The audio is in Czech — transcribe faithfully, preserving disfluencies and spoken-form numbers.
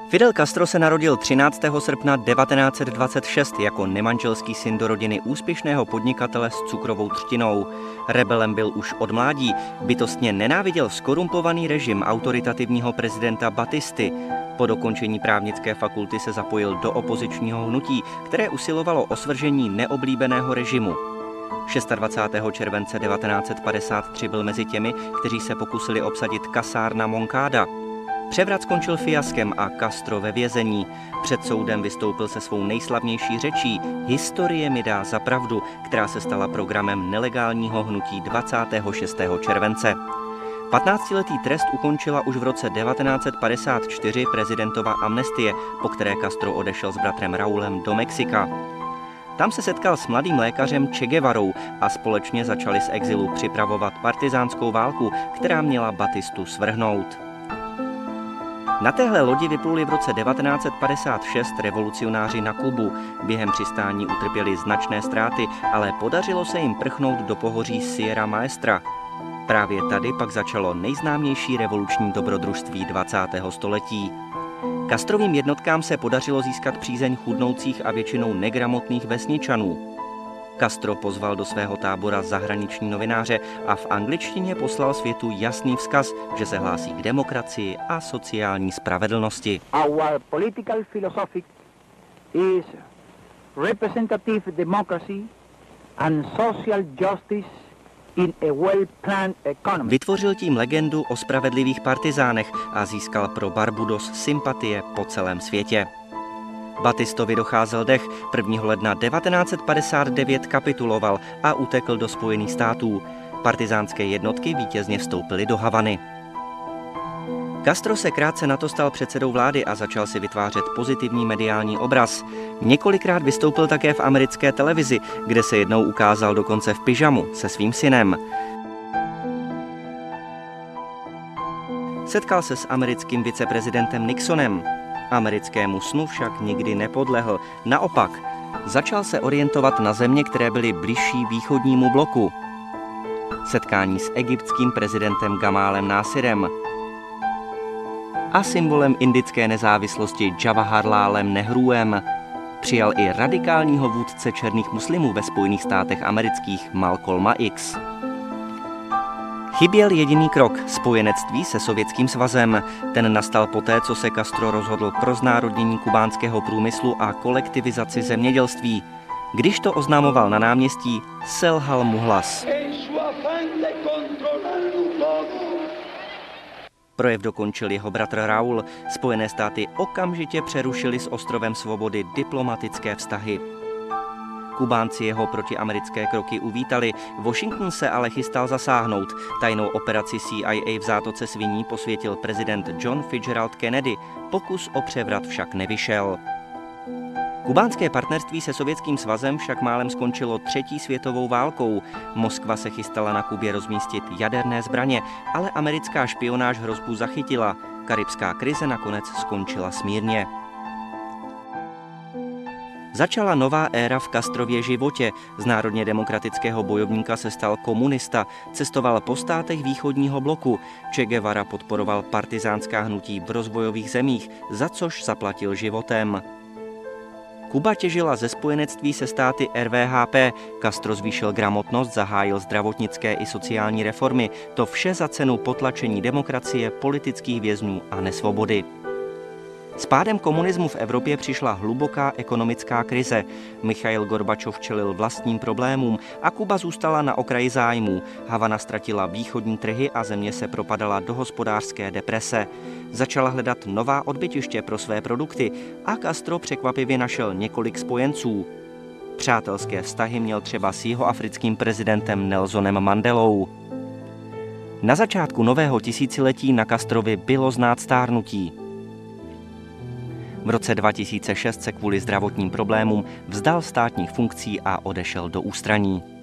Fidel Castro se narodil třináctého srpna devatenáct set dvacet šest jako nemanželský syn do rodiny úspěšného podnikatele s cukrovou třtinou. Rebelem byl už od mládí, bytostně nenáviděl skorumpovaný režim autoritativního prezidenta Batisty. Po dokončení právnické fakulty se zapojil do opozičního hnutí, které usilovalo o svržení neoblíbeného režimu. dvacátého šestého července devatenáct set padesát tři byl mezi těmi, kteří se pokusili obsadit kasárna Moncada. Převrat skončil fiaskem a Castro ve vězení. Před soudem vystoupil se svou nejslavnější řečí Historie mi dá za pravdu, která se stala programem nelegálního hnutí dvacátého šestého července. patnáctiletý trest ukončila už v roce devatenáct set padesát čtyři prezidentova amnestie, po které Castro odešel s bratrem Raúlem do Mexika. Tam se setkal s mladým lékařem Che Guevarou a společně začali z exilu připravovat partizánskou válku, která měla Batistu svrhnout. Na téhle lodi vypluli v roce devatenáct set padesát šest revolucionáři na Kubu. Během přistání utrpěli značné ztráty, ale podařilo se jim prchnout do pohoří Sierra Maestra. Právě tady pak začalo nejznámější revoluční dobrodružství dvacátého století. Castrovým jednotkám se podařilo získat přízeň chudnoucích a většinou negramotných vesničanů. Castro pozval do svého tábora zahraniční novináře a v angličtině poslal světu jasný vzkaz, že se hlásí k demokracii a sociální spravedlnosti. Our political philosophy is representative democracy and social justice in a well-planned economy. Vytvořil tím legendu o spravedlivých partizánech a získal pro Barbudos sympatie po celém světě. Batistovi docházel dech, prvního ledna devatenáct set padesát devět kapituloval a utekl do Spojených států. Partizánské jednotky vítězně vstoupily do Havany. Castro se krátce na to stal předsedou vlády a začal si vytvářet pozitivní mediální obraz. Několikrát vystoupil také v americké televizi, kde se jednou ukázal dokonce v pyžamu se svým synem. Setkal se s americkým viceprezidentem Nixonem. Americkému snu však nikdy nepodlehl. Naopak, začal se orientovat na země, které byly bližší východnímu bloku. Setkání s egyptským prezidentem Gamálem Násirem a symbolem indické nezávislosti Jawaharlálem Nehruem přijal i radikálního vůdce černých muslimů ve Spojených státech amerických Malcolma X. Chyběl jediný krok – spojenectví se Sovětským svazem. Ten nastal poté, co se Castro rozhodl pro znárodnění kubánského průmyslu a kolektivizaci zemědělství. Když to oznamoval na náměstí, selhal mu hlas. Projev dokončil jeho bratr Raúl. Spojené státy okamžitě přerušily s ostrovem svobody diplomatické vztahy. Kubánci jeho protiamerické kroky uvítali, Washington se ale chystal zasáhnout. Tajnou operaci C I A v zátoce Sviní posvětil prezident John Fitzgerald Kennedy, pokus o převrat však nevyšel. Kubánské partnerství se Sovětským svazem však málem skončilo třetí světovou válkou. Moskva se chystala na Kubě rozmístit jaderné zbraně, ale americká špionáž hrozbu zachytila. Karibská krize nakonec skončila smírně. Začala nová éra v Castrově životě. Z národně demokratického bojovníka se stal komunista, cestoval po státech východního bloku. Che Guevara podporoval partizánská hnutí v rozvojových zemích, za což zaplatil životem. Kuba těžila ze spojenectví se státy R V H P, Castro zvýšil gramotnost, zahájil zdravotnické i sociální reformy, to vše za cenu potlačení demokracie, politických vězňů a nesvobody. S pádem komunismu v Evropě přišla hluboká ekonomická krize. Michail Gorbačov čelil vlastním problémům a Kuba zůstala na okraji zájmů. Havana ztratila východní trhy a země se propadala do hospodářské deprese. Začala hledat nová odbytiště pro své produkty a Castro překvapivě našel několik spojenců. Přátelské vztahy měl třeba s jihoafrickým prezidentem Nelsonem Mandelou. Na začátku nového tisíciletí na Castrovi bylo znát stárnutí. V roce dva tisíce šest se kvůli zdravotním problémům vzdal státních funkcí a odešel do ústraní.